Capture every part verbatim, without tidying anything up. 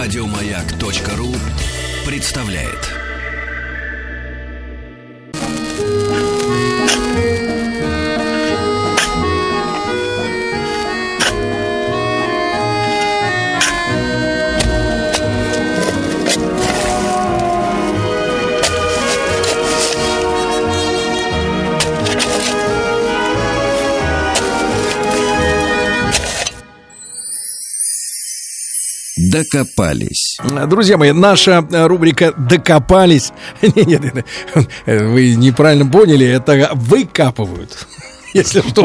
Радиомаяк.ру представляет. Докопались. Друзья мои, наша рубрика «Докопались». Нет, нет, нет, вы неправильно поняли, это выкапывают. Если что.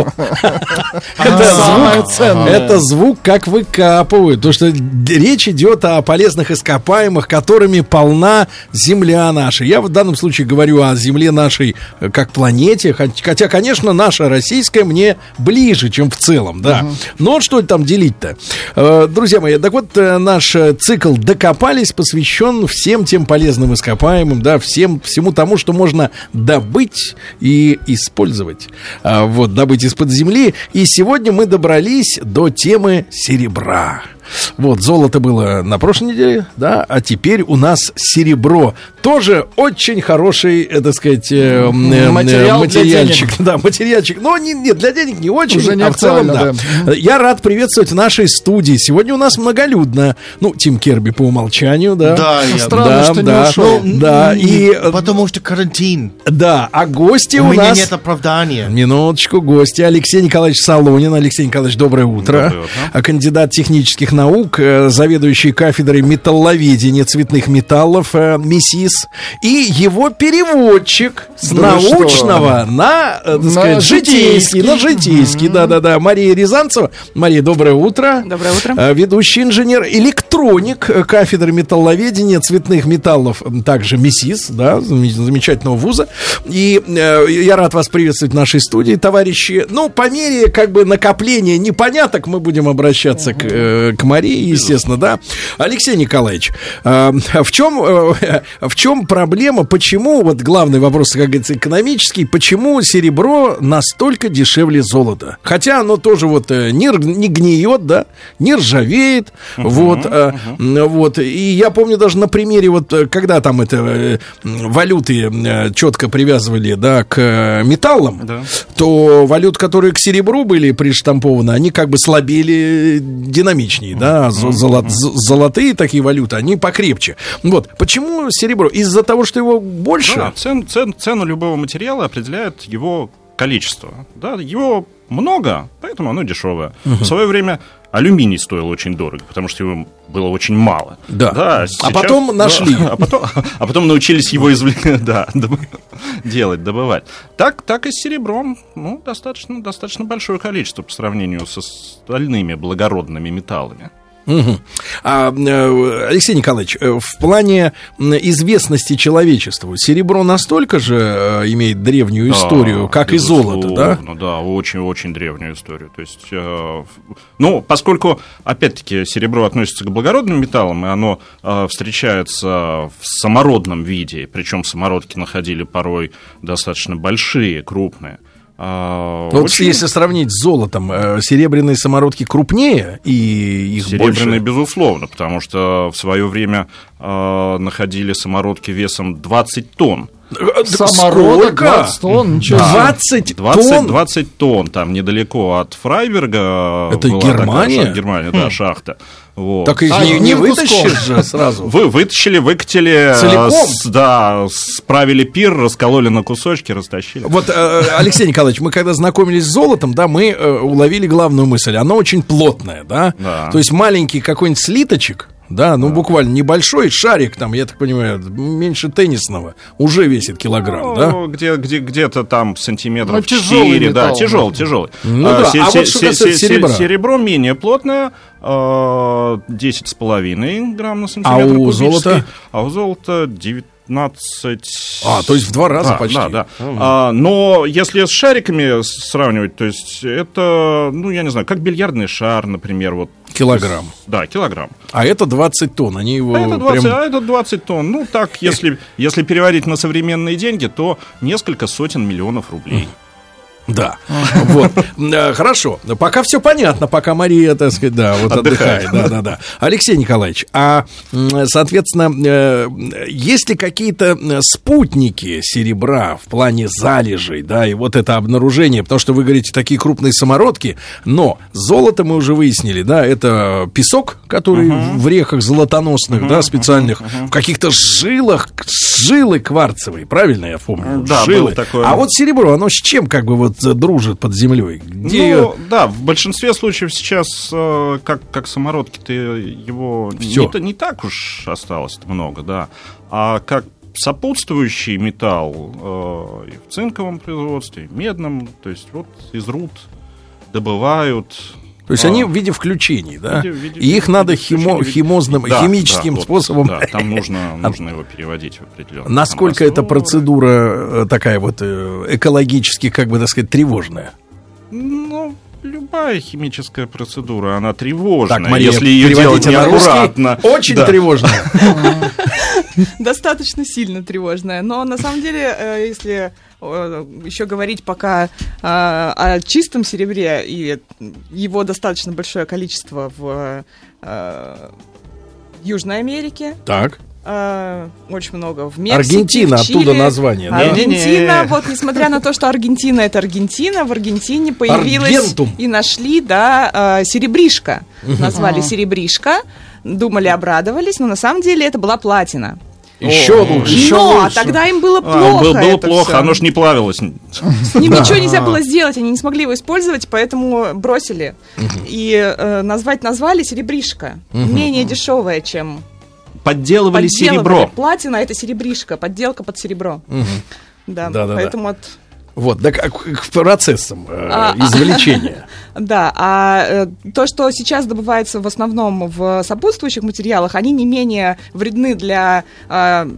Это звук, это звук, как выкапывают. Потому что речь идет о полезных ископаемых, которыми полна Земля наша. Я в данном случае говорю о Земле нашей как планете. Хотя, конечно, наша российская мне ближе, чем в целом, да. Но что там делить-то? Друзья мои, так вот, наш цикл «Докопались» посвящен всем тем полезным ископаемым, да, всем, всему тому, что можно добыть и использовать. Вот, добыть из-под земли. И сегодня мы добрались до темы серебра. Вот, золото было на прошлой неделе, да, а теперь у нас серебро. Тоже очень хороший, э, так сказать, э, Материал материальчик. Да, материальчик. Но не, не, для денег не очень, уже не а в целом, да. да. Я рад приветствовать в нашей студии. Сегодня у нас многолюдно. Ну, Тим Керби по умолчанию, да. Да, я... Странно, да, что да, не ушел. Ну, да, и... Потому что карантин. Да, а гости у, у нас... У меня нет оправдания. Минуточку, гости. Алексей Николаевич Солонин. Алексей Николаевич, доброе утро. Доброе утро. Кандидат технических наук, заведующий кафедрой металловедения цветных металлов, МИСИС, и его переводчик с да научного на, так на сказать, житейский, на житейский, да-да-да, Мария Рязанцева. Мария, доброе утро. Доброе утро. Ведущий инженер, электроник кафедры металловедения цветных металлов, также МИСИС, да, замечательного вуза. И э, я рад вас приветствовать в нашей студии, товарищи. Ну, по мере, как бы, накопления непоняток мы будем обращаться к, э, к Марии, естественно, да. Алексей Николаевич, э, в чем, э, в чем проблема, почему, вот главный вопрос, как говорится, экономический, почему серебро настолько дешевле золота? Хотя оно тоже вот э, не, не гниет, да, не ржавеет, uh-huh, вот, э, uh-huh. вот. И я помню даже на примере, вот, когда там это э, валюты э, четко привязывали, да, к э, металлам, uh-huh. то валюты, которые к серебру были приштампованы, они как бы слабели динамичнее, uh-huh. да, Золот, золотые такие валюты, они покрепче. Вот. Почему серебро? Из-за того, что его больше? Да, цен, цен, цену любого материала определяет его количество. Да, его много, поэтому оно дешевое. Uh-huh. В свое время алюминий стоил очень дорого, потому что его было очень мало. Да. Да, сейчас, а потом нашли. Да, а, потом, а потом научились его извлекать, да, делать, добывать. Так, так и с серебром. Ну, достаточно, достаточно большое количество по сравнению со остальными благородными металлами. Угу. А, Алексей Николаевич, в плане известности человечеству серебро настолько же имеет древнюю да, историю, как и золото, да? Да, очень-очень древнюю историю. То есть, э, ну, поскольку, опять-таки, серебро относится к благородным металлам, и оно э, встречается в самородном виде, причем самородки находили порой достаточно большие, крупные. А, вот очень... если сравнить с золотом, серебряные самородки крупнее и их серебряные, больше? Серебряные, безусловно, потому что в свое время э, находили самородки весом двадцать тонн. Самородок двадцать тонн? двадцать тонн? двадцать тонн, там недалеко от Фрайберга. Это Германия? Такая, Германия, да, шахта. Вот. Так их а, не, не вытащишь же сразу. Вы вытащили, выкатили, целиком? С, да, справили пир, раскололи на кусочки, растащили. Вот, э, Алексей Николаевич, мы когда знакомились с золотом, да, мы э, уловили главную мысль. Оно очень плотное, да? Да. То есть маленький какой-нибудь слиточек, да, ну да. буквально небольшой шарик, там, я так понимаю, меньше теннисного, уже весит килограмм, ну, да? Где, где, где-то там сантиметров ну, четыре, да, тяжелый, тяжелый. Ну а, да, се- а се- вот что касается серебра? Серебро менее плотное, десять с половиной грамм на сантиметр а у кубический. Золота? А у золота девятнадцать... А, то есть в два раза да, почти. Да, да. Mm. А, но если с шариками сравнивать, то есть это, ну, я не знаю, как бильярдный шар, например, вот. Килограмм. Да, килограмм. А это двадцать тонн, они его а это двадцать, прям... а это двадцать тонн. Ну, так, если, если переводить на современные деньги, то несколько сотен миллионов рублей. Да, вот, хорошо, пока все понятно, пока Мария, так сказать, да, вот отдыхает, да, да, да. Алексей Николаевич, а, соответственно, есть ли какие-то спутники серебра в плане залежей, да, и вот это обнаружение, потому что вы говорите, такие крупные самородки, но золото мы уже выяснили, да, это песок, который uh-huh. в реках золотоносных, uh-huh, да, специальных, uh-huh, uh-huh. в каких-то жилах, жилы кварцевые, правильно я помню? Да, жилы. было такое. А вот серебро, оно с чем как бы вот дружит под землей? Где... Ну, да, в большинстве случаев сейчас, как, как самородки-то его не, не так уж осталось много, да, а как сопутствующий металл э, и в цинковом производстве, и в медном, то есть вот из руд добывают. То есть а, они в виде включений, да? Виде, виде, и их виде, надо виде химо, химозным, да, химическим да, способом. Вот, да, там нужно, нужно его переводить в определенный. Насколько эта процедура такая вот экологически, как бы так сказать, тревожная? Ну, любая химическая процедура, она тревожная. Так, Мария, если ее делать неаккуратно. Очень да. тревожная. Достаточно сильно тревожная. Но на самом деле, если еще говорить пока о чистом серебре, и его достаточно большое количество в Южной Америке. Так. Uh, очень много в Мексике, Аргентина, в Чили. Оттуда название, да? Аргентина, вот несмотря на то, что Аргентина это Аргентина, в Аргентине появилась Аргентум. И нашли, да, серебришка. Uh-huh. Назвали uh-huh. серебришка, думали, обрадовались, но на самом деле это была платина. Еще лучше. Еще но лучше. Тогда им было плохо. А, было было плохо, все. Оно ж не плавилось. С ним да. ничего нельзя было сделать, они не смогли его использовать, поэтому бросили. Uh-huh. И э, назвать назвали серебришка. Uh-huh. Менее дешевое, чем... Подделывали, подделывали серебро. Платина — это серебришка, подделка под серебро. Угу. Да, да, поэтому да. от... Вот, да, к, к процессам э, а, извлечения. Да, а э, то, что сейчас добывается в основном в сопутствующих материалах, они не менее вредны для... Э,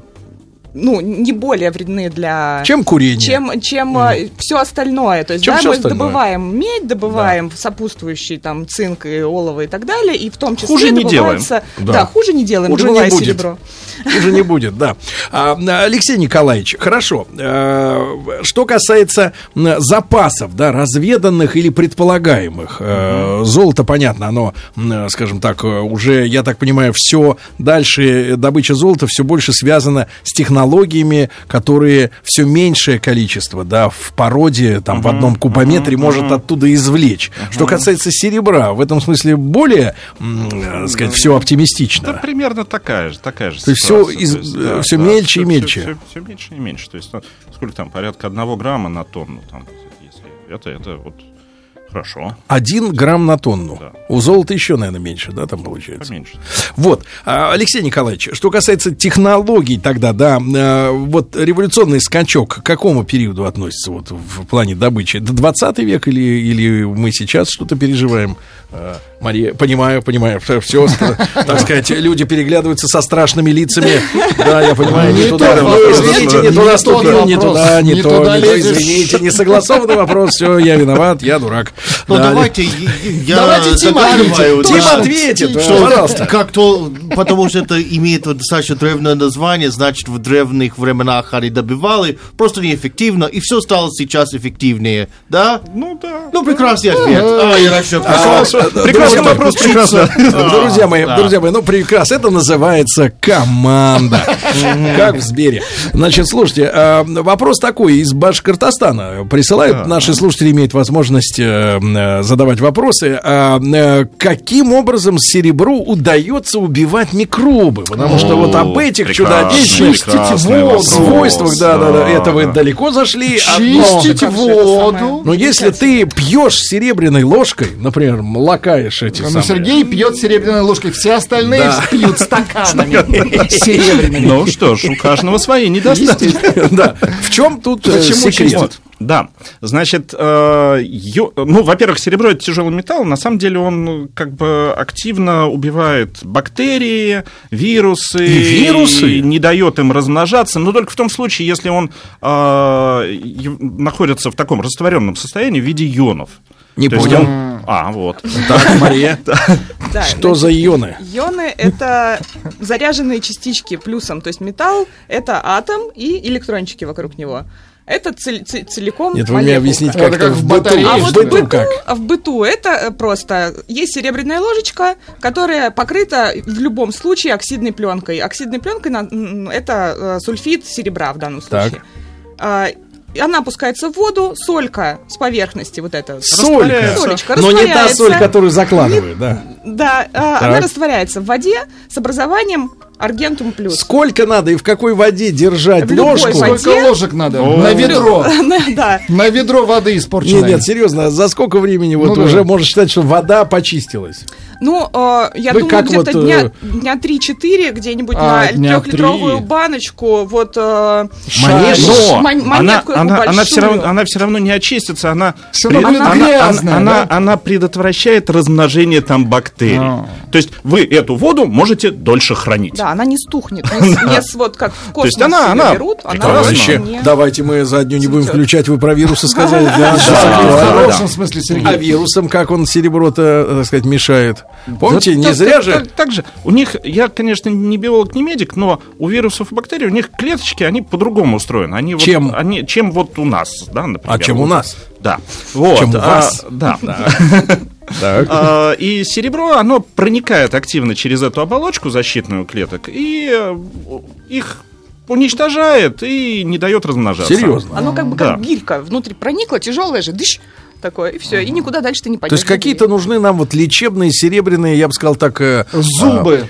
ну, не более вредны для... Чем курение. Чем, чем mm. все остальное. То есть, чем да, мы остальное? добываем медь, добываем да. сопутствующие там цинк и олово и так далее, и в том числе хуже не добывается... делаем. Да. да, хуже не делаем, хуже добывая не будет. серебро. Хуже не будет, да. А, Алексей Николаевич, хорошо. А, что касается запасов, да, разведанных или предполагаемых, mm-hmm. золото, понятно, оно, скажем так, уже, я так понимаю, все дальше, добыча золота все больше связана с технологиями, которые все меньшее количество, да, в породе, там, uh-huh, в одном кубометре uh-huh, может uh-huh. оттуда извлечь. Uh-huh. Что касается серебра, в этом смысле более, м, сказать, все оптимистично. Да, примерно такая же, такая же То есть все, из, есть, да, все да, меньше все, и меньше. Все, все, все меньше и меньше. То есть, ну, сколько там, порядка одного грамма на тонну, там, если это, это вот хорошо. Один грамм на тонну. Да. У золота еще, наверное, меньше, да, там получается? Поменьше. Вот, Алексей Николаевич, что касается технологий тогда, да, вот революционный скачок к какому периоду относится вот в плане добычи? Это двадцатый век или, или мы сейчас что-то переживаем? Мария, понимаю, понимаю, все, так сказать, люди переглядываются со страшными лицами. Да, я понимаю, не туда. Извините, не туда ступил, не туда, не то, извините, не согласованный вопрос, все, я виноват, я дурак. Ну давайте, я Давайте Тим ответит, Тим ответит, пожалуйста. Как то, потому что это имеет достаточно древнее название, значит, в древних временах они добивали, просто неэффективно, и все стало сейчас эффективнее, да? Ну да. Ну прекрасный ответ. А, я расчет пошел. Прекрасный вопрос, прекрасно. Друзья мои, друзья мои, ну прекрасно. Это называется команда. Как в Сбере. Значит, слушайте, вопрос такой из Башкортостана. Присылают, наши слушатели имеют возможность задавать вопросы. Каким образом серебру удается убивать микробы? Потому что вот об этих чудодейственных свойствах, да, да, да, это вы далеко зашли. Чистить воду. Но если ты пьешь серебряной ложкой, например, лакаешь эти Но самые... Сергей пьет серебряной ложкой, все остальные Да. пьют стаканами серебряными. Ну что ж, у каждого свои недостатки. Да. В чем тут э, Почему секрет? Вот, да, значит, э, ё- ну, во-первых, серебро — это тяжелый металл, на самом деле он как бы активно убивает бактерии, вирусы, И вирусы? и не дает им размножаться, но только в том случае, если он э, й- находится в таком растворенном состоянии в виде ионов. Не То есть понял. он- А, вот. Так, Мария, Да, что за ионы? Ионы — это заряженные частички плюсом, то есть металл — это атом и электрончики вокруг него. Это цель, цель, целиком Нет, вы мне объясните, как это это как в в быту. батарее, А в вот в быту быту, как? а в быту это просто есть серебряная ложечка, которая покрыта в любом случае оксидной пленкой. Оксидной пленкой на- м, это э, сульфид серебра в данном Так. случае. А, и она опускается в воду, солька с поверхности вот эта. Солька. Солечка Но не та растворяется. соль, которую закладывают, да. Да, а, Так. она растворяется в воде с образованием аргентум плюс. Сколько надо и в какой воде держать В любой ложку? воде. Сколько ложек надо? О. На ведро. Да. На ведро воды Нет, испорченной. нет, серьезно, за сколько времени вот Ну да. уже можно считать, что вода почистилась? Ну, э, я Вы думаю, как где-то вот, дня, э, дня три-четыре где-нибудь А, на дня трехлитровую три. баночку, вот... Э, Монетку? Но Мон- она, монетку эту она, она, большую. все равно, она все равно не очистится, она, Всё равно будет она, грязная, она, да? она, она предотвращает размножение там бактерий. А. То есть вы эту воду можете дольше хранить. Да, она не стухнет. Не, с- не с- вот как в космос есть она- её она берут, она прекрасна. Товарищи, не- давайте мы заднюю не будем цветет. включать, вы про вирусы сказали. Да, Да, да, в актуально. хорошем смысле, А Сергей. вирусом как он серебро-то, так сказать, мешает? Помните, Да, не так- зря так- же... Так, так же. У них, я, конечно, не биолог, не медик, но у вирусов и бактерий, у них клеточки, они по-другому устроены. Они вот- Чем? они, чем вот у нас, да, например. А чем у Вот. нас? Да. Вот. Чем у а, вас? Да. Так. А, И серебро, оно проникает активно через эту оболочку защитную клеток и э, их уничтожает и не дает размножаться. Серьезно? Оно как бы Да. как гирька внутрь проникло, тяжелое же, дыщ, такое, и все, и никуда дальше ты не То пойдешь. есть какие-то нужны нам вот лечебные, серебряные, я бы сказал так... э, Зубы.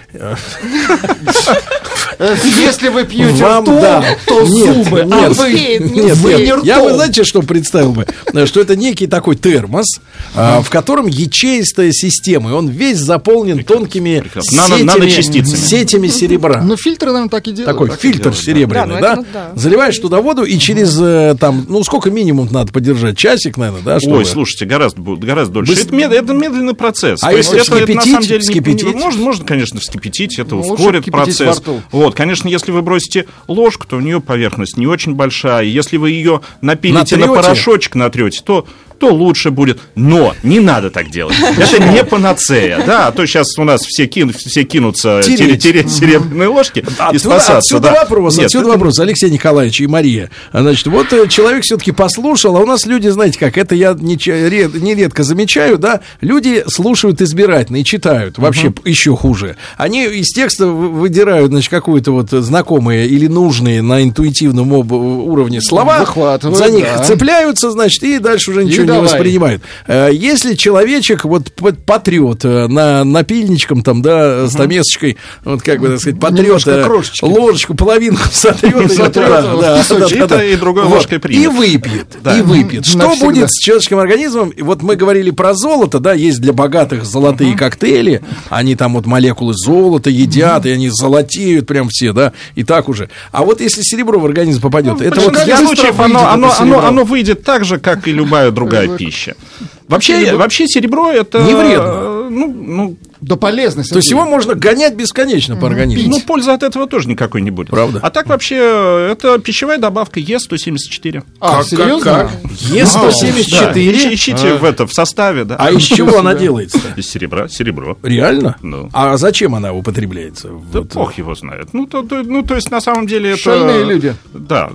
Э, Если вы пьете Вам, ртом, да. то Нет, зубы. нет. А вы, Успеет, не Нет, вы нет, не я, вы ртом. знаете, что представил бы? Э, Что это некий такой термос, а, в котором ячеистая система, и он весь заполнен тонкими прекрасно. Нано- сетями, наночастицами. сетями серебра. Ну, фильтры, наверное, так и делают. Такой Так и фильтр делают, да. серебряный, Да, да? ну это, ну, да. Заливаешь туда воду, и через э, там, ну сколько минимум надо подержать? Часик, наверное, да? чтобы- Ой, слушайте, гораздо, будет- гораздо дольше. Быс- Это, мед- это медленный процесс. А То есть если это, это на вскипятить? самом деле не- Вскипятить? не- можно, можно, конечно, вскипятить, это Ну, лучше ускорит кипятить процесс. во рту. Вот, конечно, если вы бросите ложку, то у нее поверхность не очень большая. И если вы ее напилите на Натрете? порошочек, натрете, то то лучше будет. Но не надо так делать. Это не панацея, да, а то сейчас у нас все, кин- все кинутся Тереть. тереть, тереть серебряные ложки и Отсюда, спасаться. отсюда да. вопрос, Нет, отсюда это- вопрос, Алексей Николаевич и Мария. Значит, вот э, человек все-таки послушал, а у нас люди, знаете как, это я не ча- ред- нередко замечаю, да, люди слушают избирательно и читают, вообще п- еще хуже. Они из текста вы- выдирают, значит, какую-то вот знакомые или нужные на интуитивном об- уровне слова, Выхватывают, за них да. цепляются, значит, и дальше уже ничего не давай. воспринимают. Э, Если человечек вот п- потрет э, на напильничком там, да, стамесочкой, вот как бы, так сказать, потрет Немножко э, крошечки. ложечку, половинку сотрет, и Сотрет да, в да, песочек. да, да, И да. другой Вот. ложкой примет. И выпьет, Да. и выпьет. Что Навсегда. будет с человеческим организмом? И вот мы говорили про золото, да, есть для богатых золотые коктейли, они там вот молекулы золота едят, и они золотеют прям все, да, и так уже. А вот если серебро в организм попадет, Ну, в это вот большинстве я- случаев быстро оно, выйдет оно, это оно, серебро. оно выйдет так же, как и любая другая пища. Вообще, вообще серебро это... Не вредно. э, Ну, ну, Да полезно, то есть его можно гонять бесконечно по организму. ну, пользы от этого тоже никакой не будет. Правда. А так вообще, э, это пищевая добавка Е сто семьдесят четыре. А, серьезно? Е сто семьдесят четыре. Ищите в, это, в составе, да. А из чего она делается? Из серебра, серебро. Реально? Ну. А зачем она употребляется? Да Вот, бог его знает. Ну то, то- ну, то есть, на самом деле, это... Шальные люди. Да,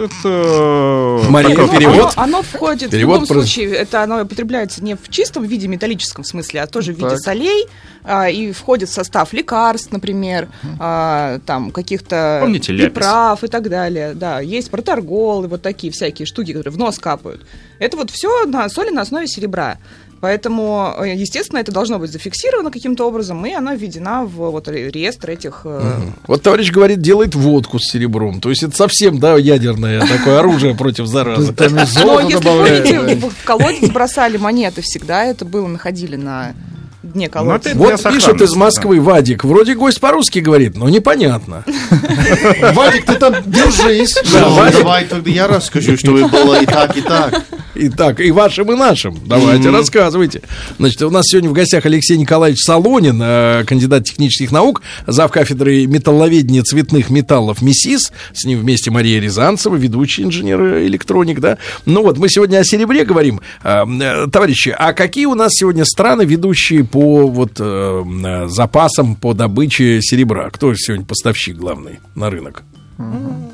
это... Мария, такое- перевод? Оно, оно входит Перевод в любом про- случае, это оно употребляется не в чистом виде, металлическом смысле, а тоже в виде Так. солей, а, и входит в состав лекарств, например, а, там каких-то Помните ляпис? приправ и так далее. Да, есть проторгол и вот такие всякие штуки, которые в нос капают. Это вот все на соли на основе серебра. Поэтому, э, естественно, это должно быть зафиксировано каким-то образом, и она введена в вот реестр этих... э, Вот товарищ говорит, делает водку с серебром. То есть это совсем, да, ядерное такое оружие против заразы. Там и Но золото если добавляют. помните, в в колодец бросали монеты всегда, это было, находили на дне колодца. опять- Вот Для пишет сохранности, из Москвы Вадик. Вроде гость по-русски говорит, но непонятно. Вадик, ты там держись. Ну, давай тогда я расскажу, чтобы было и так, и так. И так, и вашим, и нашим. Давайте, рассказывайте. Значит, у нас сегодня в гостях Алексей Николаевич Солонин, э, кандидат технических наук, завкафедры металловедения цветных металлов МИСИС. С ним вместе Мария Рязанцева, ведущий инженер-электроник, да. Ну вот, мы сегодня о серебре говорим. Э, э, товарищи, а какие у нас сегодня страны, ведущие по вот э, э, запасам, по добыче серебра? Кто сегодня поставщик главный на рынок?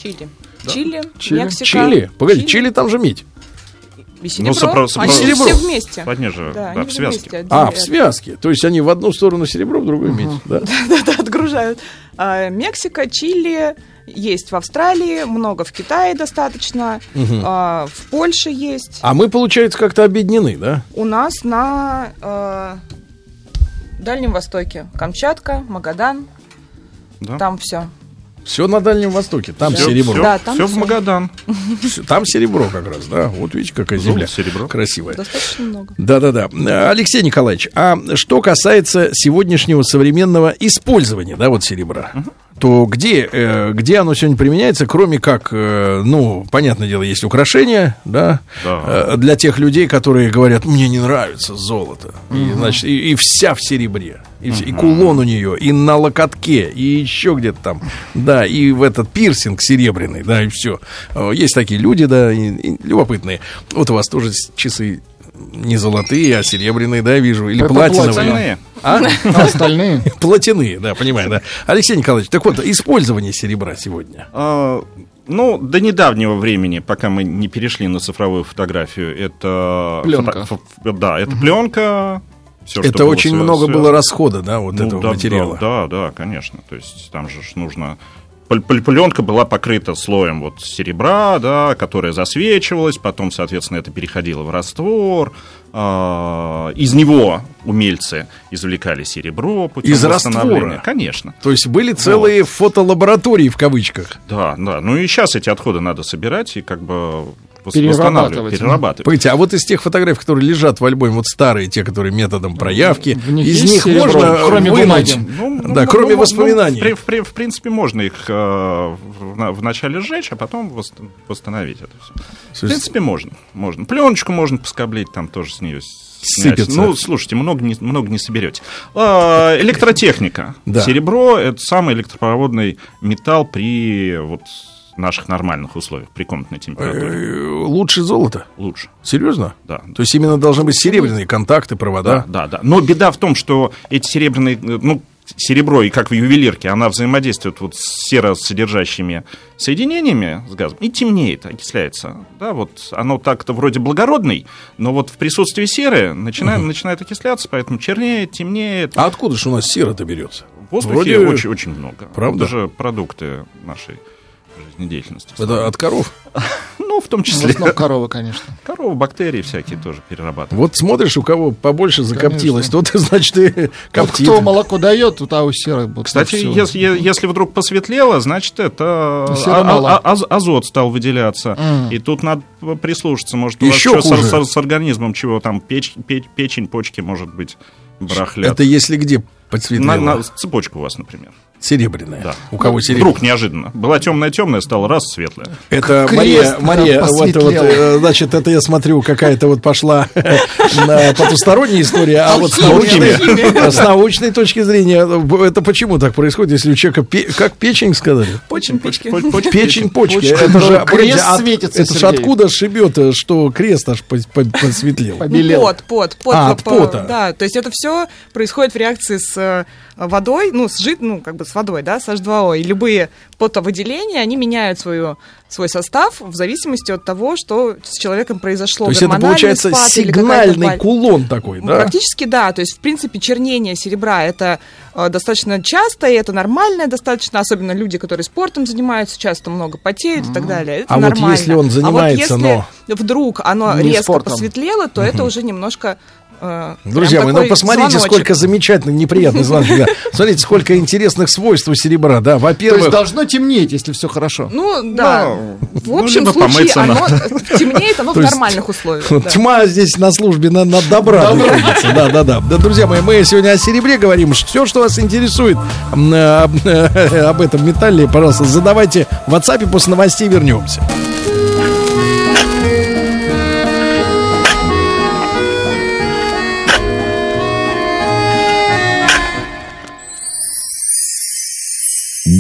Чили. Чили, Чили. Мексика. Чили? Погоди, Чили там же медь. И серебро. сопро- сопро- Они серебро. все вместе. Они же, Да, да, они в все связке. вместе, А, отдельно. в связке. То есть они в одну сторону серебро, в другую медь. Да? Да-да, отгружают. А, Мексика, Чили есть в Австралии, много в Китае достаточно, а, в Польше есть. А мы, получается, как-то объединены, да? У нас на э, Дальнем Востоке Камчатка, Магадан, Да. там все. Все на Дальнем Востоке, там Всё- серебро. всё- Да, там всё в всё. Магадан. Всё- Там серебро как раз, да. Вот видите, какая земля серебро. красивая. Достаточно много. Да-да-да. Алексей Николаевич, а что касается сегодняшнего современного использования, да, вот серебра, то где, э, где оно сегодня применяется, кроме как, э, ну, понятное дело, есть украшения, да, Да. э, для тех людей, которые говорят, мне не нравится золото, и, значит, и, и вся в серебре, и, вс- и кулон у нее, и на локотке, и еще где-то там, да, и в этот пирсинг серебряный, да, и все. Есть такие люди, да, и, и любопытные. Вот у вас тоже с- часы не золотые, а серебряные, да, вижу, или Это платиновые. Остальные. А? А остальные? Платяные, да, понимаю, да. Алексей Николаевич, так вот, использование серебра сегодня. А, ну, до недавнего времени, пока мы не перешли на цифровую фотографию, это... Пленка. фото- фо- да, это пленка. Всё, что Это было очень свя- много связано. было расхода, да, вот Ну, этого да, материала. Да, да, да, конечно. То есть там же ж нужно... Пленка была покрыта слоем вот серебра, да, которая засвечивалась, потом, соответственно, это переходило в раствор. А, из него умельцы извлекали серебро путем Из восстановления. раствора? Конечно. То есть были целые фотолаборатории в кавычках. Да, да. Ну и сейчас эти отходы надо собирать и как бы вос- Перерабатывать. восстанавливать, перерабатывать. Погодите, а вот из тех фотографий, которые лежат в альбоме, вот старые, те, которые методом проявки, В них из есть них серебро, можно кроме вынуть, бумаги? Ну, да, ну, кроме ну, воспоминаний. ну, в, при- в принципе, можно их э, в, на- вначале сжечь, а потом вос- восстановить это все. В принципе, можно. можно. Пленочку можно поскоблить, там тоже с нее снять. Сыпется. Ну, слушайте, много не, много не соберете. А, электротехника. Да. Серебро — это самый электропроводный металл при вот, наших нормальных условиях, при комнатной температуре. Э, Лучше золота. Лучше. Серьезно? Да. То есть именно должны быть серебряные контакты, провода. Да, да, да. Но беда в том, что эти серебряные, ну, серебро, и как в ювелирке, она взаимодействует вот с серосодержащими соединениями с газом и темнеет, окисляется. Да, вот оно так-то вроде благородный, но вот в присутствии серы начинает, uh-huh. начинает окисляться, поэтому чернеет, темнеет. А откуда же у нас сера-то берется? В воздухе Вроде- очень, очень много. Правда? Это же продукты нашей жизнедеятельности. Это от коров? Ну, в том В числе. основном корова, конечно. Коровы, бактерии всякие тоже перерабатывают. Вот смотришь, у кого побольше закоптилось, тот, значит, и Вот коптит. кто молоко дает, у того серый. вот Кстати, всё. если, если вдруг посветлело, значит, это Серы а- мало. а- аз- азот стал выделяться. М. И тут надо прислушаться. Может, у вас Еще что с, хуже. с- с организмом, чего там, печ- пе- печень, почки, может быть, барахлят. Это если где на, подсветлело? на- цепочка у вас, например. Серебряная. Да. У кого серебряная? Вдруг неожиданно. Была темная-темная, стала раз светлая. Это Крест Мария, Мария, прям вот, вот, посветлел. э, значит, это я смотрю, какая-то вот пошла на потусторонняя история, а вот с научной, с научной точки зрения, это почему так происходит, если у человека, пе- как печень сказали? Почем печки. Поч- почки, Печень, почки. Почки. Это же, Крест погодите, от- светится, это же Сергей. откуда шибет, что крест аж по- по- посветлел? Побелел. Ну, пот, пот, пот. А, по- от по- пота. Да, то есть это все происходит в реакции с э, водой, ну, с жид, ну, как бы с водой, да, с эйч два о. И любые потовыделения, они меняют свою, свой состав в зависимости от того, что с человеком произошло. То есть это Гормональный получается спад или сигнальный какая-то боль. кулон такой, Ну, да? Практически да, то есть в принципе чернение серебра это э, достаточно часто, и это нормально достаточно, особенно люди, которые спортом занимаются, часто много потеют и так далее. Это А вот нормально. если он занимается, а вот если вдруг оно Не резко спортом. посветлело, то это уже немножко э, Друзья прям мои, ну такой посмотрите, звоночек. сколько замечательных, неприятных звонков. Да. Смотрите, сколько интересных свойств у серебра, да. То есть Во-первых, должно темнеть, если все хорошо. Ну, да. Ну, в ну, общем либо случае помыться оно надо. темнеет, оно в То есть нормальных условиях. вот да. тьма здесь на службе на, на добра находится. Да, да, да. Да, друзья мои, мы сегодня о серебре говорим. Все, что вас интересует м, э, э, об этом металле, пожалуйста, задавайте в WhatsApp, после новостей вернемся.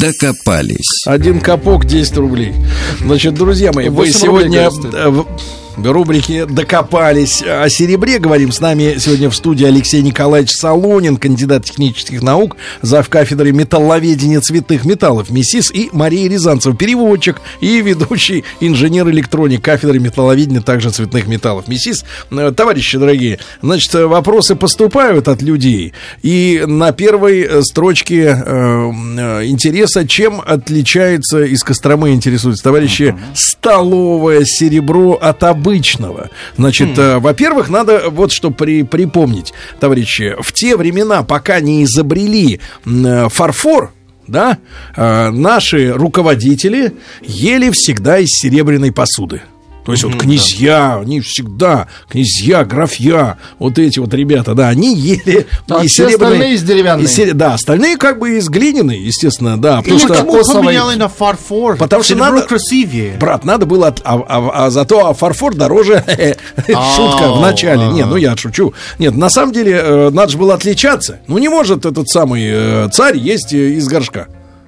Докопались. Один капок десять рублей. Значит, друзья мои, вы восемь рублей, сегодня... говорят, стоит. э, в- в рубрике «Докопались». О серебре говорим. С нами сегодня в студии Алексей Николаевич Солонин, кандидат технических наук, завкафедры металловедения цветных металлов МИСИС, и Мария Рязанцева, переводчик и ведущий инженер-электроник кафедры металловедения, также цветных металлов МИСИС. Товарищи дорогие, значит, вопросы поступают от людей. И на первой строчке э, интереса, чем отличается, из Костромы интересуются товарищи, столовое серебро от обычного. Значит, mm. э, во-первых, надо вот что при, припомнить, товарищи, в те времена, пока не изобрели э, фарфор, да, э, наши руководители ели всегда из серебряной посуды. То есть mm-hmm, вот князья, да. они всегда, князья, графья, вот эти вот ребята, да, они ели а из все серебряной... остальные из деревянной. Из, да, остальные как бы из глиняной, естественно, да. И почему поменяли на фарфор? Потому что серебро надо... красивее. Брат, надо было... От, а, а, а зато а фарфор дороже. Шутка в начале. Нет, ну я шучу. Нет, на самом деле, надо же было отличаться. Ну не может этот самый царь есть из горшка.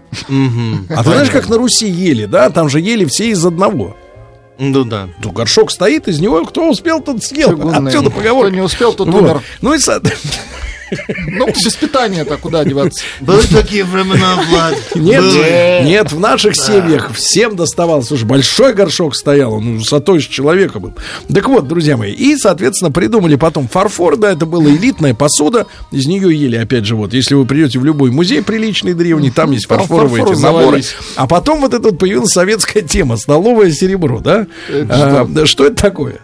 А ты знаешь, как на Руси ели, да? Там же ели все из одного. Ну да. То горшок стоит, из него кто успел, тот съел. Чугунный. Отсюда поговор. Кто не успел, тот вот. умер. Ну и со... Ну, без питания-то куда деваться? Были такие времена, Влад. Нет, нет, в наших семьях всем доставалось. Слушай, большой горшок стоял, он высотой с человека был. Так вот, друзья мои, и, соответственно, придумали потом фарфор, да, это была элитная посуда, из нее ели, опять же, вот, если вы придете в любой музей приличный, древний, там есть фарфоровые эти наборы. А потом вот это вот появилась советская тема, столовое серебро, да? А, что это такое?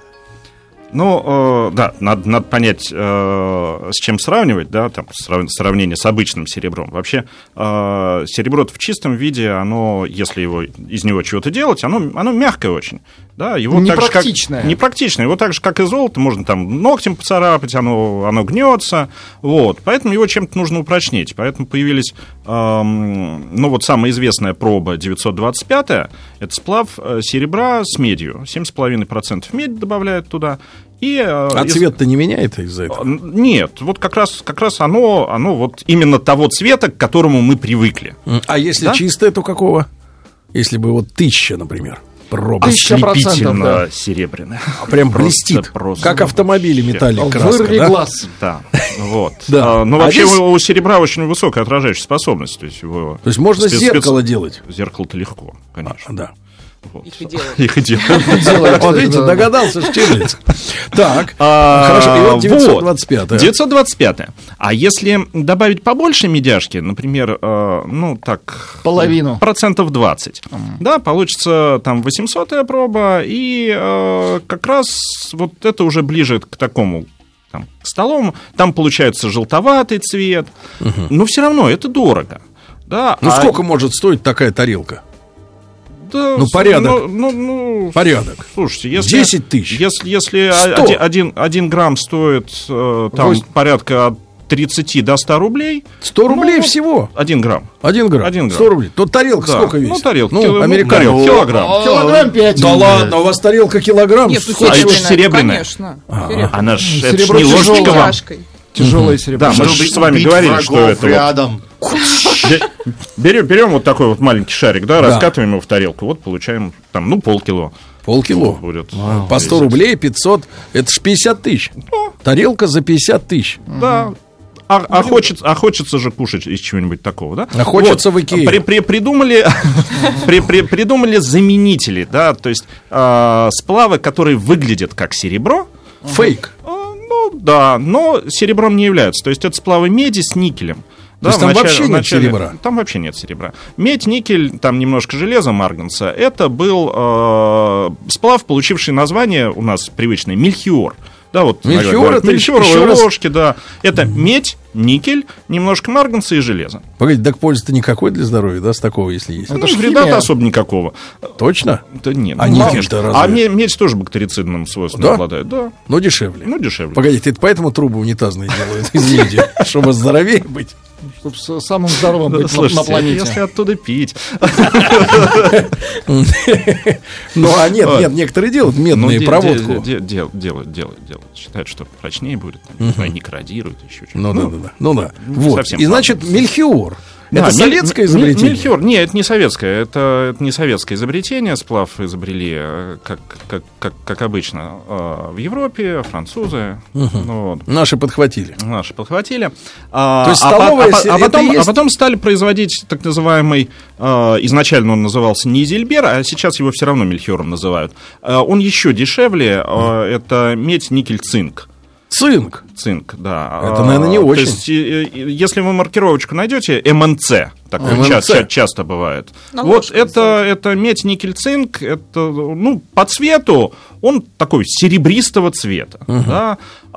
Ну, э, да, надо, надо понять, э, с чем сравнивать, да, там, срав, сравнение с обычным серебром. Вообще, э, серебро в чистом виде, оно, если его, из него чего-то делать, оно, оно мягкое очень. Да, его непрактичное. Так же, как, непрактичное. Его так же, как и золото, можно там ногтем поцарапать, оно, оно гнется. Вот, поэтому его чем-то нужно упрочнить. Поэтому появились, э, ну, вот самая известная проба девятьсот двадцать пятая, это сплав серебра с медью. семь целых пять десятых процента медь добавляют туда. И, а из... цвет-то не меняется из-за этого? Нет, вот как раз, как раз оно, оно вот именно того цвета, к которому мы привыкли. А если да? чистое, то какого? Если бы вот тысяча, например, проба. Ослепительно да. серебряная. А прям блестит, просто, как автомобили металлик краска. Вырви да? глаз. Да, вот. Да. А, но а вообще здесь... у серебра очень высокая отражающая способность. То есть, его то есть можно спец... зеркало делать? Зеркало-то легко, конечно. А, да. Вот. Их и делают. Их и делают. Вот видите, догадался Штирлиц. Так, хорошо, и вот девятьсот двадцать пятая. девятьсот двадцать пятая. А если добавить побольше медяшки, например, ну так... Половину. Процентов двадцать. Да, получится там восьмисотая проба, и как раз вот это уже ближе к такому... Там, к столовому, там получается желтоватый цвет, но все равно это дорого. Да, ну сколько может стоить такая тарелка? Да, ну, порядок. Ну, ну, ну, порядок. Слушайте, если... десять тысяч. Если, если один, один, один грамм стоит э, там Вось... порядка от тридцати до ста рублей... сто рублей ну, всего? Один грамм. Один грамм. Один грамм. сто рублей. То тарелка да. сколько весит? Ну, тарелка. Ну, кило, американец. Ну, килограмм. Килограмм пять. Да ладно, у вас тарелка килограмм? Нет, ну, а это же серебряная. Конечно. А, она ж, ну, это ж не ложечка вам. Тяжелое серебро. Да, мы же с вами говорили, что это рядом. Вот, берем, берем вот такой вот маленький шарик, да, да, раскатываем его в тарелку, вот получаем там, ну, полкило. Полкило. Будет. А, по сто рублей, пятьсот, это ж пятьдесят тысяч. Да. Тарелка за пятьдесят тысяч. Да. А, а, хочется, а хочется же кушать из чего-нибудь такого, да? А хочется вот. В Икее. При, при, придумали, при, при, придумали заменители, да, то есть э, сплавы, которые выглядят как серебро. Фейк. Э, ну, да, но серебром не являются. То есть это сплавы меди с никелем. То да, есть там начале, вообще нет начале, серебра? Там вообще нет серебра. Медь, никель, там немножко железа, марганца. Это был э, сплав, получивший название у нас привычное мельхиор. Да, вот мельхиор, это мельхиоровые ложки, да. Это медь, никель, немножко марганца и железа. Погодите, так пользы-то никакой для здоровья, да, с такого, если есть? Это ну, же вреда-то особо никакого. Точно? Да нет. А ну, никель-то разве? А медь тоже бактерицидным свойством да? обладает, да. Но дешевле. Ну, дешевле. Погодите, это поэтому трубы унитазные делают из меди, чтобы здоровее быть? Чтобы самым здоровым быть на планете. Если оттуда пить. Ну, а нет, нет, некоторые делают медную проводку. Делают, делают, делают. Считают, что прочнее будет, не корродируют, еще что-то. Ну, да, да, да. Ну, да. Вот. И, значит, мельхиор. Это Да, советское Мель- изобретение? Мельхиор, нет, это не советское, это, это не советское изобретение, сплав изобрели, э, как, как, как, как обычно, э, в Европе, французы, ну, вот, Наши подхватили. наши подхватили. А, То есть а по- столовая а по- се- а это потом, и есть- а потом стали производить так называемый, э, изначально он назывался Низельбер, а сейчас его все равно Мельхиором называют. Э, он еще дешевле, э, это медь, никель, цинк. Цинк. Цинк, да. Это, наверное, не А, очень. То есть, э, э, если вы маркировочку найдете, эм эн цэ, такое эм эн цэ. ча- ча- часто бывает. На Вот ложку это, это медь, никель, цинк, это, ну, по цвету он такой серебристого цвета. Да?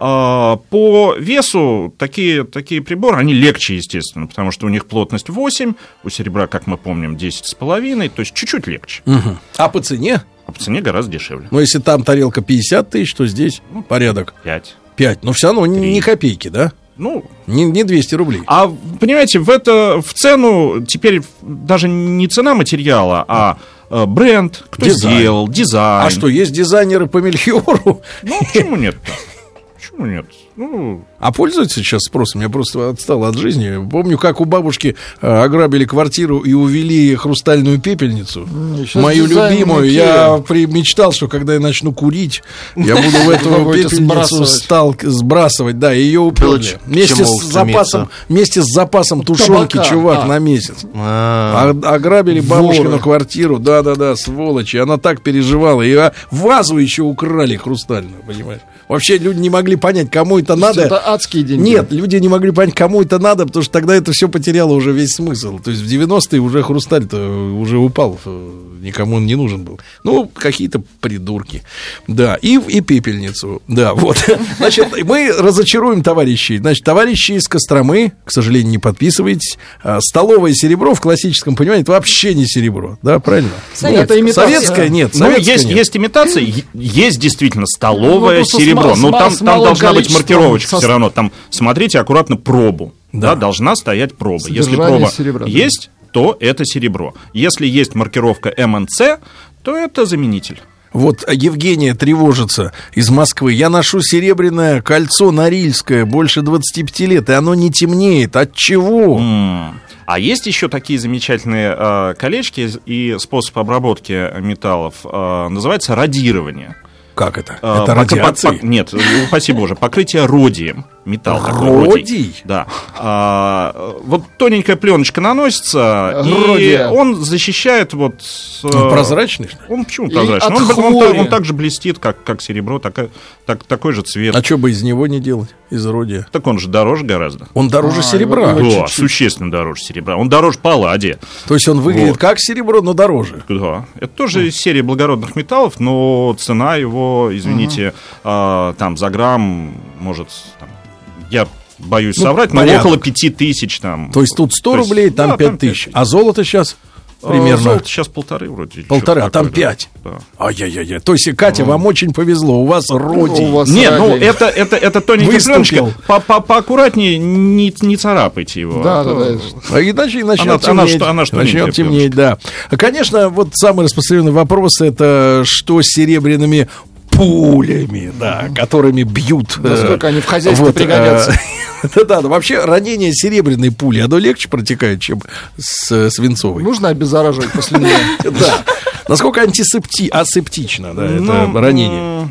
А, по весу такие, такие приборы, они легче, естественно, потому что у них плотность восемь, у серебра, как мы помним, десять с половиной, то есть чуть-чуть легче. Мгм. А по цене? А по цене гораздо дешевле. Ну, если там тарелка пятьдесят тысяч, то здесь порядок пять. пять. Но все равно не, не копейки, да? Ну, Не, не двести рублей. А, понимаете, в, это, в цену теперь даже не цена материала, а э, бренд, кто Дизайн. сделал, дизайн. А что, есть дизайнеры по Мельхиору? Ну, почему нет-то? Почему нет? Ну, А пользуются сейчас спросом? Я просто отстал от жизни. Помню, как у бабушки э, ограбили квартиру и увели хрустальную пепельницу. Сейчас Мою дизайн любимую. Икеа. Я при- мечтал, что когда я начну курить, я буду в эту Вы будете пепельницу сбрасывать. стал сбрасывать. Да, ее уперли. Было Вместе чему с запасом, стремиться. вместе с запасом тушенки, Табака, чувак, а. на месяц. А, А- Ограбили бабушкину Воры. квартиру, да-да-да, сволочи. Она так переживала. И а, вазу еще украли хрустальную, понимаешь? Вообще люди не могли понять, кому это надо. Это адские деньги. Нет, люди не могли понять, кому это надо, потому что тогда это все потеряло уже весь смысл. То есть в девяностые уже хрусталь-то уже упал, э, никому он не нужен был. Ну, какие-то придурки. Да, и, и пепельницу. Да, вот. Значит, мы разочаруем товарищей. Значит, товарищи из Костромы, к сожалению, не подписывайтесь. А, столовое серебро в классическом понимании это вообще не серебро. Да, правильно? Советское. Это имитация. Советское нет. ну советское есть, нет. есть имитация, е- есть действительно Ну, столовое просто с серебро, ма- с но ма- там, с там малым должна быть количеством маркировочка со- все равно. Там смотрите аккуратно пробу. Да. Да. должна стоять проба. Если Содержание проба серебра, да. есть, то это серебро. Если есть маркировка эм эн цэ, то это заменитель. Вот Евгения тревожится из Москвы. Я ношу серебряное кольцо Норильское больше двадцати пяти лет, и оно не темнеет. От чего? М. А есть еще такие замечательные э, колечки и способ обработки металлов. Э, называется радирование. Как это? Э, это пока- радиация? по- по- нет, упаси боже, покрытие родием. Металл такой, Родий? Да. А, вот тоненькая пленочка наносится, Родия. и он защищает вот... э, Он прозрачный, что ли? Он почему И прозрачный? от Он, он, хвори. он так же блестит, как, как серебро, так, так, такой же цвет. А что бы из него не делать? Из родия? Так он же дороже гораздо. Он дороже А, серебра. его- его Да, существенно дороже серебра. Он дороже палладия. То есть он выглядит Вот. как серебро, но дороже. Да, это тоже из серии благородных металлов, но цена его, извините, а, там за грамм может, там, я боюсь Ну, соврать, но порядок. около пяти тысяч там. То есть тут сто То есть, рублей, там да, пять там тысяч. пять А золото сейчас А, примерно Золото сейчас полторы вроде. полтора, а что-то там такое, да. пять. Да. Ай-яй-яй. То есть, Катя, вам очень повезло. У вас родий. У вас Нет, ну радий. это, это, это тоненькая Выступил. пленочка. По- по- Поаккуратнее, не, не царапайте его. Да, а да, то- да. А иначе начнет Она- она темнеть. что- она что, начнет тоненькая темнеть, да. Конечно, вот самый распространенный вопрос это что с серебряными пулями, да, которыми бьют. Насколько э, они в хозяйстве вот, пригодятся. э, Да-да, да, вообще ранение серебряной пули, оно легче протекает, чем с э, свинцовой. Нужно обеззараживать после нее. Да. Насколько антисепти... асептично, да, это Ну, ранение.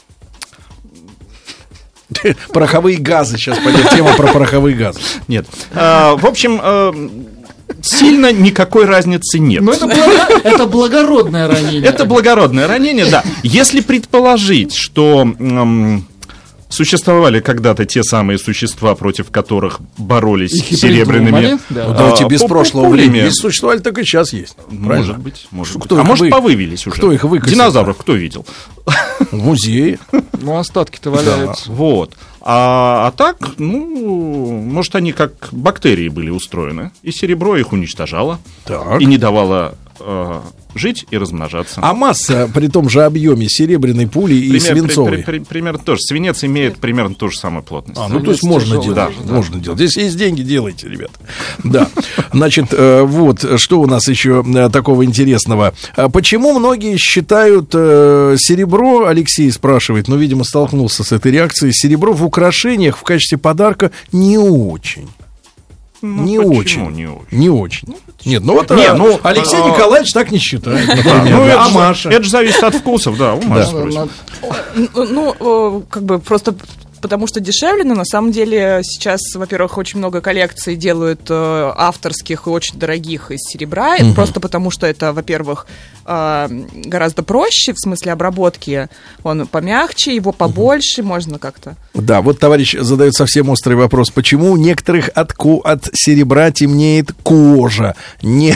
м, Пороховые газы, сейчас пойдет тема про пороховые газы. Нет. А, в общем, а, сильно никакой разницы нет. Но это, благо- это благородное ранение. Это благородное ранение, да. Если предположить, что м, существовали когда-то те самые существа, против которых боролись Их и серебряными... придумали, да. Ну, давайте а, без пу- прошлого пулями. времени. Если существовали, так и сейчас есть. Может Правильно? быть, может быть. Кто А их может, вы- повывелись уже. кто их выкосил? Динозавров кто видел? В музее. Ну, остатки-то валяются. Вот. А, а так, ну, может, они как бактерии были устроены. И серебро их уничтожало. Так. И не давало э, жить и размножаться. А масса при том же объеме серебряной пули и Пример- свинцовой. при- при- при- примерно тоже. Свинец имеет примерно ту же самую плотность. А, ну, то есть Свинец можно тяжелый делать. тоже, да. Можно делать. Здесь есть деньги, делайте, ребята. Да. Значит, э, вот, что у нас еще э, такого интересного. А почему многие считают э, серебро, Алексей спрашивает, ну, видимо, столкнулся с этой реакцией, серебро в украшениях в качестве подарка не очень. Ну, не, почему очень. не очень. Не очень. Нет, ну вот Не, а, ну, Алексей а, Николаевич так не считает. Да, например. ну, это, А же- Маша? это же зависит от вкусов, да, у Маши спросим. Ну, э, как бы просто потому что дешевле, но на самом деле сейчас, во-первых, очень много коллекций делают э, авторских и очень дорогих из серебра. Это просто потому что это, во-первых, э, гораздо проще в смысле обработки. Он помягче, его побольше, можно как-то. Да, вот товарищ задает совсем острый вопрос. Почему у некоторых от, ку- от серебра темнеет кожа? Не,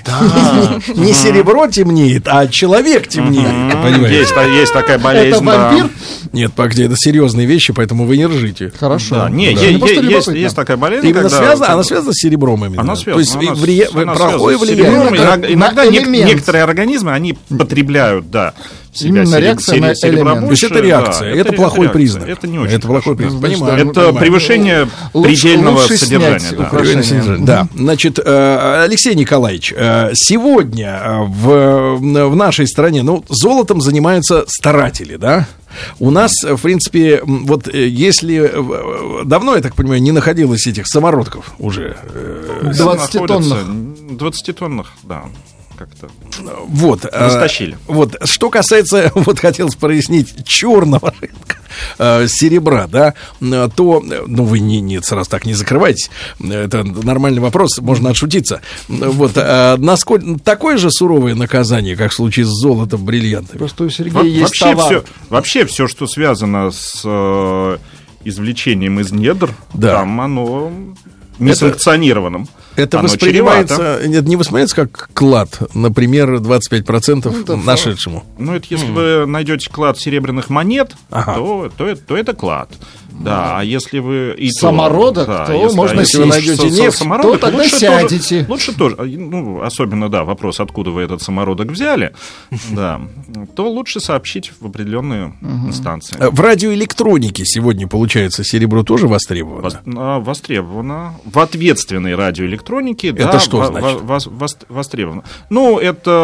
не серебро темнеет, а человек темнеет. Понимаете? Есть, есть такая болезнь. Это да. вампир? Нет, погоди, это серьезные вещи, поэтому вы не ржите. Хорошо. Да, не, Да. е- Мне просто е- есть, любопытно. есть такая болезнь. Именно когда- связано, она связана с серебром именно. Она То связана. есть она влия- с- она плохое связана с влияние. серебром. на- Иногда, иногда на нек- элемент. некоторые организмы, они потребляют, да, в себя Именно сереб- реакция сереб- на серебра элемент. То есть больше, это реакция, да, это плохой реакция. признак. Это не очень Это плохой хорошо. признак, Значит, понимаю. да, Это понимаю. превышение Лучше- предельного лучше содержания. снять Да. украшения. Да, значит, э, Алексей Николаевич, э, сегодня э, в, в нашей стране, ну, золотом занимаются старатели, да? У нас, в принципе, м, вот э, если э, давно, я так понимаю, не находилось этих самородков уже. э, двадцатитонных. двадцатитонных, да, как-то. Вот. э, Растащили. Вот, что касается, вот хотелось прояснить, черного рынка, э, серебра, да, э, то, э, ну, вы не, не сразу так не закрывайтесь, это нормальный вопрос, можно отшутиться. Вот, э, насколько, такое же суровое наказание, как в случае с золотом, бриллиантами? Просто у Сергея Во- есть вообще, товар. все, вообще все, что связано с э, извлечением из недр, Да. там оно несанкционированным. Это Оно воспринимается, чревато. это не воспринимается как клад, например, двадцать пять процентов Ну, да, нашедшему. Ну, это если вы найдете клад серебряных монет, Ага. то, то, это, то это клад. Да, а если вы... И то- Самородок, да, то если, можно а если сесть. вы найдете Со- нефть, со- самородок, то тогда лучше сядете. Тоже, лучше тоже, ну, особенно, да, вопрос, откуда вы этот самородок взяли, да, то лучше сообщить в определенные инстанции. В радиоэлектронике сегодня, получается, серебро тоже востребовано? Вос- а, Востребовано. В ответственной радиоэлектронике, Это да, что во- значит? во- вос- вос- востребовано. Ну,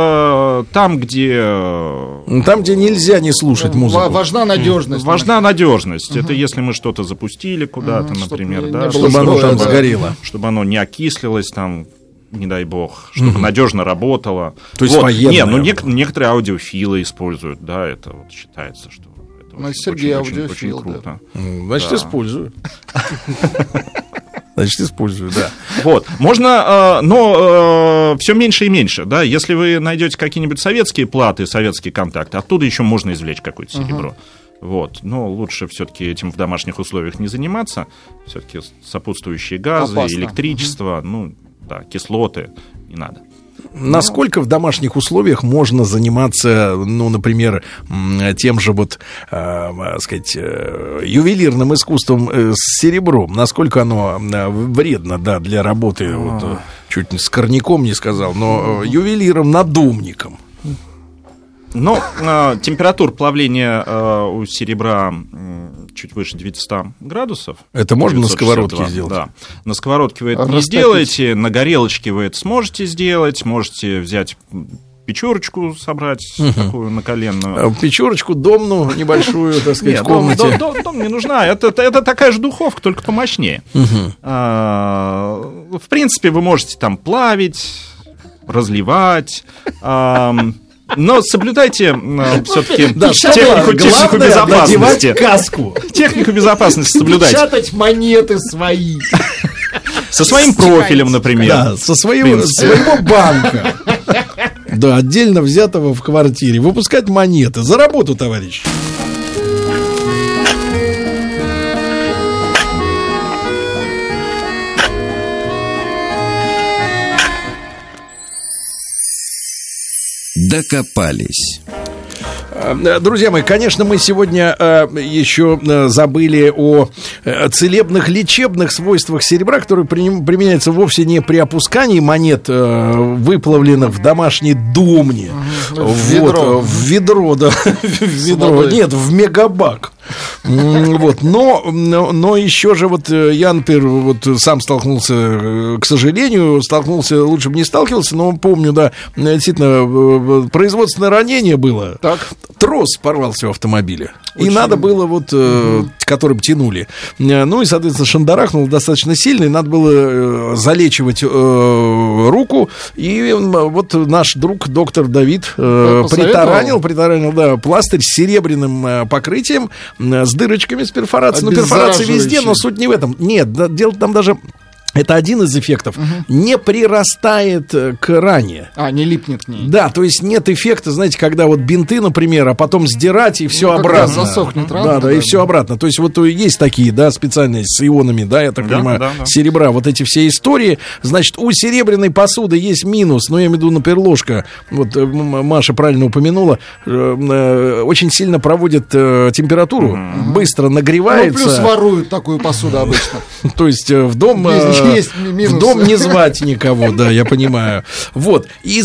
это там, где э, Там, где нельзя не слушать Ва- музыку. Важна надежность. важна надежность. Это если мы что-то запустили куда-то, Мгм, чтоб например, не- да, не было Чтобы оно сбоя, там да. сгорело. чтобы оно не окислилось там, не дай бог, чтобы надежно работало. То есть Вот. военное. Не, ну нек- некоторые аудиофилы используют, да, это вот считается, что это Ну, очень, Сергей очень- очень- аудиофил, очень да. круто. М, Значит, Да. использую. Значит, использую, да. Вот, можно, э, но все меньше и меньше, да, если вы найдете какие-нибудь советские платы, советские контакты, оттуда еще можно извлечь какое-то серебро. Вот, но лучше все-таки этим в домашних условиях не заниматься, все-таки сопутствующие газы, Опасно. электричество, ну, да, кислоты, не надо. Насколько в домашних условиях можно заниматься, ну, например, м, тем же вот, э, э, сказать, э, ювелирным искусством э, с серебром? Насколько оно э, вредно, да, для работы? Вот, э, чуть не с корняком не сказал, но э, ювелиром, надомником. Но э, температура плавления э, у серебра м, чуть выше девятьсот градусов. Это можно на девятьсот шестьдесят два, сковородке сделать? Да. На сковородке вы это не Растопить. сделаете, на горелочке вы это сможете сделать, можете взять печурочку, собрать такую наколенную. Э, Печурочку домну небольшую, так сказать, Нет, в дом, комнате. дом- дом- дом не нужна. Это, это, это такая же духовка, только помощнее. А, в принципе, вы можете там плавить, разливать. а, но соблюдайте все-таки Да, технику, технику главное безопасности. надевать каску. Технику безопасности соблюдайте. Печатать монеты свои. Со своим профилем, например. Да, со своего, В принципе. своего банка. Да, отдельно взятого в квартире. Выпускать монеты. За работу, товарищ. Докопались. Э, Друзья мои, конечно, мы сегодня э, еще э, забыли о э, целебных, лечебных свойствах серебра, которые при- применяются вовсе не при опускании монет, э, выплавленных в домашней домне. В Вот, ведро. э, в ведро, да. В ведро. водой. Нет, в мегабак. Вот, но, но, но еще же вот я, например, вот сам столкнулся, к сожалению, столкнулся, лучше бы не сталкивался, но помню, да, действительно, производственное ранение было. Так. Трос порвался в автомобиле. Очень... И надо было вот, угу. которым тянули. Ну и, соответственно, шандарахнул достаточно сильно, и надо было залечивать э, руку. И вот наш друг, доктор Давид, э, притаранил, притаранил, да, пластырь с серебряным покрытием, с дырочками, с перфорацией. Ну, перфорация везде, но суть не в этом. Нет, да, дело там даже... Это один из эффектов. Угу. Не прирастает к ране. А, не липнет к ней. Да, то есть нет эффекта, знаете, когда вот бинты, например, а потом сдирать и все ну, обратно. Засохнет рана. Да, да, да, и все обратно. То есть вот есть такие, да, специальные с ионами, да, я так да, понимаю, да, да. серебра, вот эти все истории. Значит, у серебряной посуды есть минус, ну, я имею в виду, например, ложка. Вот Маша правильно упомянула, очень сильно проводит температуру, угу. быстро нагревается. Ну, плюс воруют такую посуду обычно. То есть в дом... Есть в дом не звать никого, да, я понимаю. Вот, из,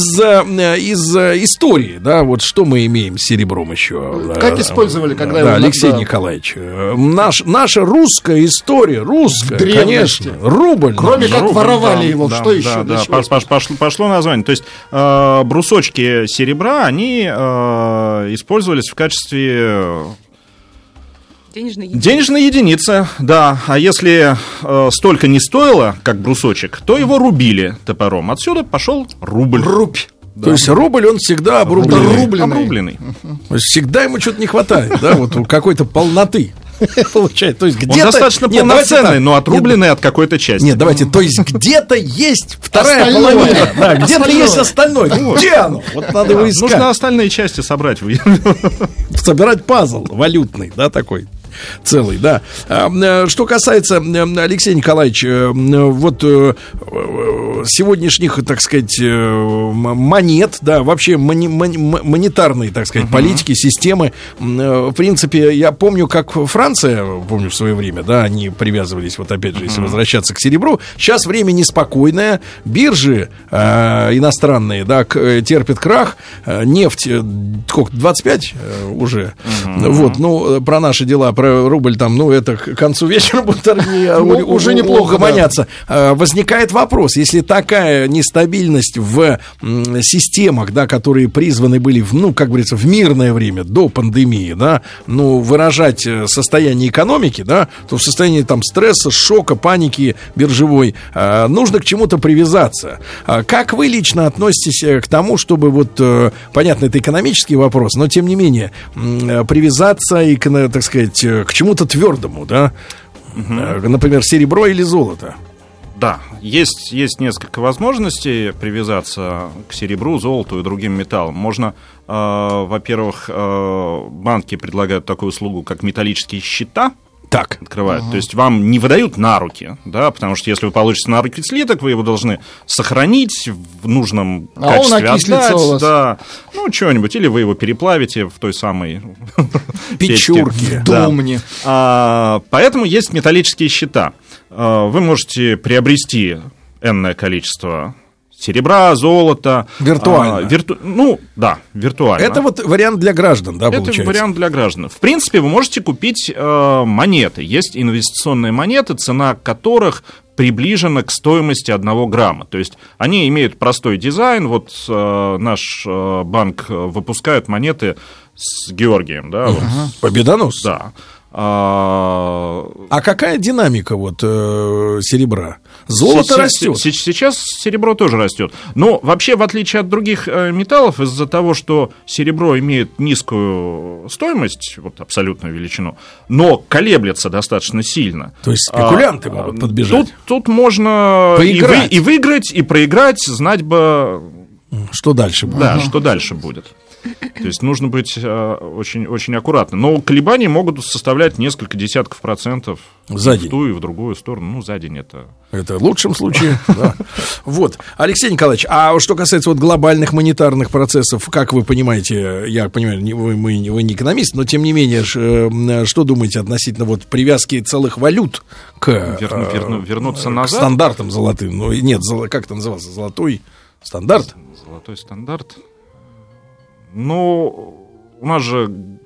из истории, да, вот что мы имеем с серебром еще. Как использовали, когда... Да, Алексей да. Николаевич, наш, наша русская история, русская, конечно, рубль. Кроме как рубль, воровали да, его, да, что да, еще? Да, да, пош, пош, пошло, пошло название. То есть э, брусочки серебра, они э, использовались в качестве... Денежная единица. Денежная единица, да. А если э, столько не стоило, как брусочек, то его рубили топором. Отсюда пошел рубль. Рубь. Да. То есть рубль, он всегда обрубленный. Обрубленный. обрубленный. То есть всегда ему что-то не хватает, да, вот какой-то полноты. Получается, то есть где-то... Он достаточно нет, полноценный, но отрубленный нет, от какой-то части. Нет, давайте, то есть где-то есть вторая половина. Да, где-то есть остальное. Где оно? Вот надо его искать. Нужно остальные части собрать. Собирать пазл валютный, да, такой. Целый, да. Что касается, Алексей Николаевич, вот сегодняшних, так сказать, монет, да, вообще мони, мони, монетарной, так сказать, uh-huh. политики, системы, в принципе, я помню, как Франция, помню в свое время, да, они привязывались, вот опять же, uh-huh. если возвращаться к серебру. Сейчас время неспокойное, биржи э, иностранные, да, к, терпят крах, нефть, сколько, двадцать пять уже, uh-huh. вот, ну, про наши дела, про рубль там, ну, это к концу вечера будут торги, ну, уже неплохо гоняться. Да. Возникает вопрос, если такая нестабильность в м, системах, да, которые призваны были, в, ну, как говорится, в мирное время, до пандемии, да, ну, выражать состояние экономики, да, то в состоянии там стресса, шока, паники биржевой э, нужно к чему-то привязаться. Как вы лично относитесь к тому, чтобы вот, э, понятно, это экономический вопрос, но тем не менее э, привязаться и, так сказать, к чему-то твердому, да? Угу. Например, серебро или золото. Да, есть, есть несколько возможностей привязаться к серебру, золоту и другим металлам. Можно, э, во-первых, э, банки предлагают такую услугу, как металлические счета. Так. Открывают. Uh-huh. То есть вам не выдают на руки, да, потому что если вы получите на руки слиток, вы его должны сохранить в нужном а качестве, он отдать, да, ну, что-нибудь, или вы его переплавите в той самой печурке. В домне. А, поэтому есть металлические счета. А, вы можете приобрести энное количество серебра, золота. Виртуально. А, вирту... Ну, да, виртуально. Это вот вариант для граждан, да, получается? Это вариант для граждан. В принципе, вы можете купить э, монеты. Есть инвестиционные монеты, цена которых приближена к стоимости одного грамма. То есть они имеют простой дизайн. Вот э, наш э, банк выпускает монеты с Георгием. Да, угу. вот. Победонос. Да. А, а какая динамика вот э, серебра? Золото растет. Сейчас серебро тоже растет. Но вообще, в отличие от других э, металлов, из-за того, что серебро имеет низкую стоимость, вот абсолютную величину, но колеблется достаточно сильно. То есть спекулянты а, могут подбежать. Тут, тут можно и, вы, и выиграть, и проиграть, знать бы... Что дальше будет. Да, что дальше будет. То есть нужно быть э, очень, очень аккуратным. Но колебания могут составлять несколько десятков процентов за в ту и в другую сторону. Ну, за день это... Это в лучшем случае, да. Вот. Алексей Николаевич, а что касается вот глобальных монетарных процессов, как вы понимаете, я понимаю, вы, мы, вы не экономист, но тем не менее, что думаете относительно вот привязки целых валют к... Верну, верну, вернуться к назад? Стандартам золотым. Ну, нет, как это назывался? Золотой стандарт? Золотой стандарт. Ну, у нас же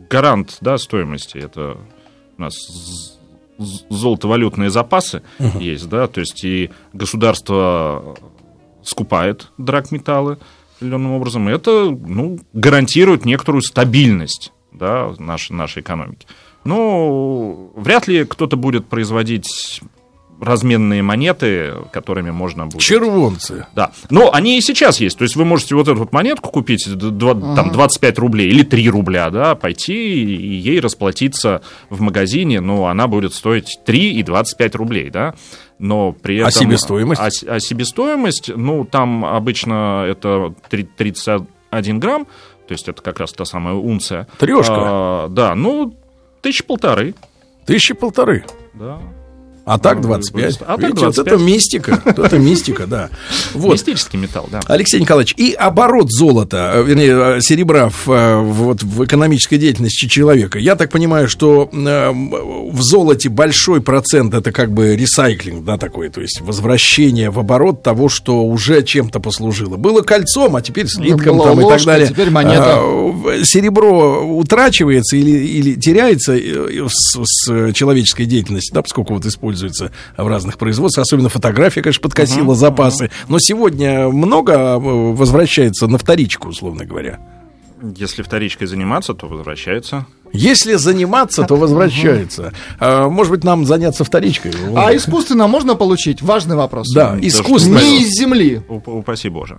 гарант, да, стоимости. Это у нас з- золотовалютные запасы uh-huh. есть, да, то есть и государство скупает драгметаллы определенным образом, и это, ну, гарантирует некоторую стабильность, да, нашей, нашей экономики. Ну, вряд ли кто-то будет производить разменные монеты, которыми можно будет... Червонцы. Да. Но они и сейчас есть. То есть вы можете вот эту вот монетку купить, там, двадцать пять рублей или три рубля, да, пойти и ей расплатиться в магазине, но она будет стоить три и двадцать пять рублей, да. Но при этом... А себестоимость? А, а себестоимость, ну, там обычно это тридцать один грамм, то есть это как раз та самая унция. Трешка? А, да, ну, тысячи полторы. Тысячи полторы? Да. А так двадцать пять. А так Видите, двадцать пять. Вот это мистика. Это мистика, да. Вот. Мистический металл, да. Алексей Николаевич, и оборот золота, вернее, серебра в, вот, в экономической деятельности человека. Я так понимаю, что в золоте большой процент это как бы ресайклинг, да, такой, то есть возвращение в оборот того, что уже чем-то послужило. Было кольцом, а теперь слитком была там, ложка, и так далее. Теперь монета. Серебро утрачивается или, или теряется с, с человеческой деятельностью, да, поскольку вот используется в разных производствах, особенно фотография, конечно, подкосила uh-huh, запасы. Uh-huh. Но сегодня много возвращается на вторичку, условно говоря. Если вторичкой заниматься, то возвращается. Если заниматься, то возвращается. А, может быть, нам заняться вторичкой? А искусственно можно получить? Важный вопрос. Да, искусственно. Не из земли. Упаси Боже.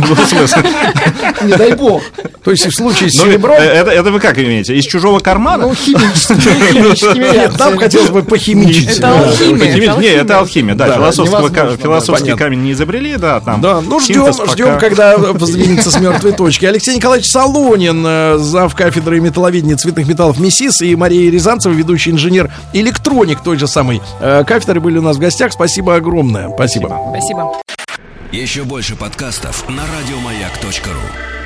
Не дай бог. То есть в случае с серебром... Это вы как имеете? Из чужого кармана? Ну, химическими. Нет, нам хотелось бы похимичить. Это алхимия. Нет, это алхимия, да. Философский камень не изобрели, да. Да, ну ждем, ждем, когда сдвинется с мертвой точки. Алексей Николаевич Солонин, зав. Кафедры металловедения цветных металлов МИСИС, и Мария Рязанцева, ведущий инженер-электроник той же самой э, кафедры, были у нас в гостях. Спасибо огромное. Спасибо. Спасибо. Еще больше подкастов на радиомаяк точка ру.